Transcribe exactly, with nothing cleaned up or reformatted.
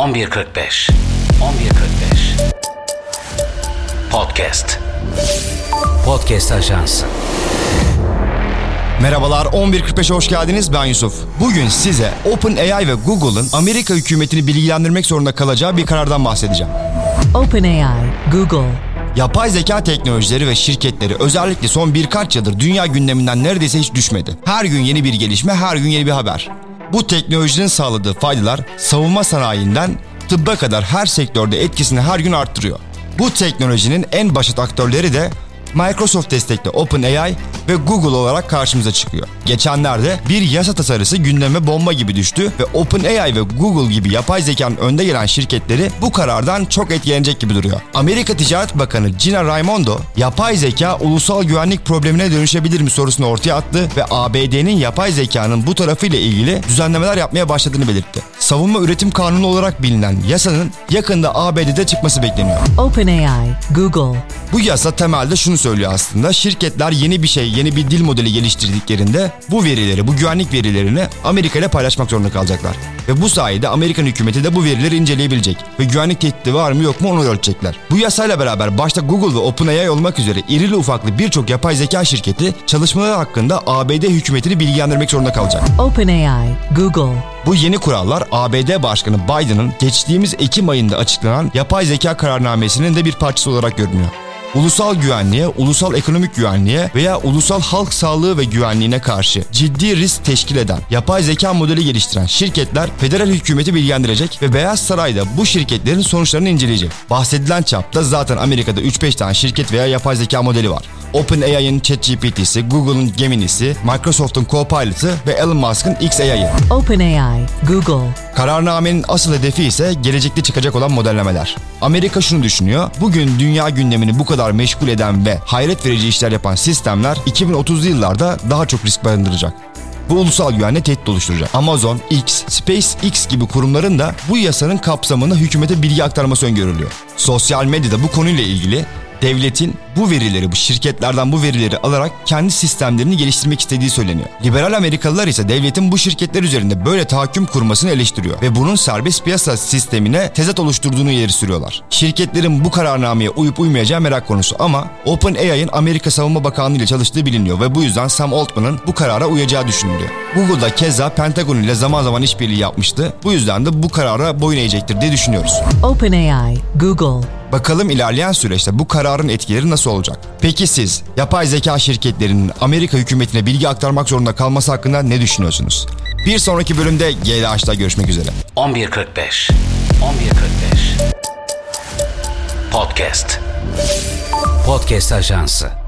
on bir kırk beş on bir kırk beş Podcast Podcast Ajansı. Merhabalar, on bir kırk beşe hoş geldiniz. Ben Yusuf. Bugün size OpenAI ve Google'ın Amerika hükümetini bilgilendirmek zorunda kalacağı bir karardan bahsedeceğim. OpenAI, Google. Yapay zeka teknolojileri ve şirketleri özellikle son birkaç yıldır dünya gündeminden neredeyse hiç düşmedi. Her gün yeni bir gelişme, her gün yeni bir haber. Bu teknolojinin sağladığı faydalar savunma sanayinden tıbba kadar her sektörde etkisini her gün arttırıyor. Bu teknolojinin en başat aktörleri de Microsoft destekli OpenAI ve Google olarak karşımıza çıkıyor. Geçenlerde bir yasa tasarısı gündeme bomba gibi düştü ve OpenAI ve Google gibi yapay zekanın önde gelen şirketleri bu karardan çok etkilenecek gibi duruyor. Amerika Ticaret Bakanı Gina Raimondo, yapay zeka ulusal güvenlik problemine dönüşebilir mi sorusunu ortaya attı ve A B D'nin yapay zekanın bu tarafıyla ilgili düzenlemeler yapmaya başladığını belirtti. Savunma Üretim Kanunu olarak bilinen yasanın yakında A B D'de çıkması bekleniyor. OpenAI, Google. Bu yasa temelde şunu söylüyor aslında. Şirketler yeni bir şey, yeni bir dil modeli geliştirdiklerinde bu verileri, bu güvenlik verilerini Amerika ile paylaşmak zorunda kalacaklar. Ve bu sayede Amerikan hükümeti de bu verileri inceleyebilecek ve güvenlik tehdidi var mı yok mu onu ölçecekler. Bu yasayla beraber başta Google ve OpenAI olmak üzere irili ufaklı birçok yapay zeka şirketi çalışmaları hakkında A B D hükümetini bilgilendirmek zorunda kalacak. OpenAI, Google. Bu yeni kurallar A B D Başkanı Biden'ın geçtiğimiz Ekim ayında açıklanan yapay zeka kararnamesinin de bir parçası olarak görünüyor. Ulusal güvenliğe, ulusal ekonomik güvenliğe veya ulusal halk sağlığı ve güvenliğine karşı ciddi risk teşkil eden yapay zeka modeli geliştiren şirketler federal hükümeti bilgilendirecek ve Beyaz Saray'da bu şirketlerin sonuçlarını inceleyecek. Bahsedilen çapta zaten Amerika'da üç beş tane şirket veya yapay zeka modeli var. OpenAI'nin ChatGPT'si, Google'ın Gemini'si, Microsoft'un Copilot'ı ve Elon Musk'ın X A I'ı. OpenAI, Google. Kararnamenin asıl hedefi ise gelecekte çıkacak olan modellemeler. Amerika şunu düşünüyor, bugün dünya gündemini bu kadar meşgul eden ve hayret verici işler yapan sistemler iki bin otuzlu yıllarda daha çok risk barındıracak. Bu ulusal güvenliğe tehdit oluşturacak. Amazon, X, SpaceX gibi kurumların da bu yasanın kapsamında hükümete bilgi aktarması öngörülüyor. Sosyal medyada bu konuyla ilgili devletin bu verileri, bu şirketlerden bu verileri alarak kendi sistemlerini geliştirmek istediği söyleniyor. Liberal Amerikalılar ise devletin bu şirketler üzerinde böyle tahakküm kurmasını eleştiriyor ve bunun serbest piyasa sistemine tezat oluşturduğunu ileri sürüyorlar. Şirketlerin bu kararnameye uyup uymayacağı merak konusu ama OpenAI'nin Amerika Savunma Bakanlığı ile çalıştığı biliniyor ve bu yüzden Sam Altman'ın bu karara uyacağı düşünülüyor. Google da keza Pentagon ile zaman zaman işbirliği yapmıştı. Bu yüzden de bu karara boyun eğecektir diye düşünüyoruz. OpenAI, Google. Bakalım ilerleyen süreçte bu kararın etkileri nasıl olacak? Peki siz yapay zeka şirketlerinin Amerika hükümetine bilgi aktarmak zorunda kalması hakkında ne düşünüyorsunuz? Bir sonraki bölümde G L H'da görüşmek üzere. on bir kırk beş on bir kırk beş Podcast Podcast Ajansı.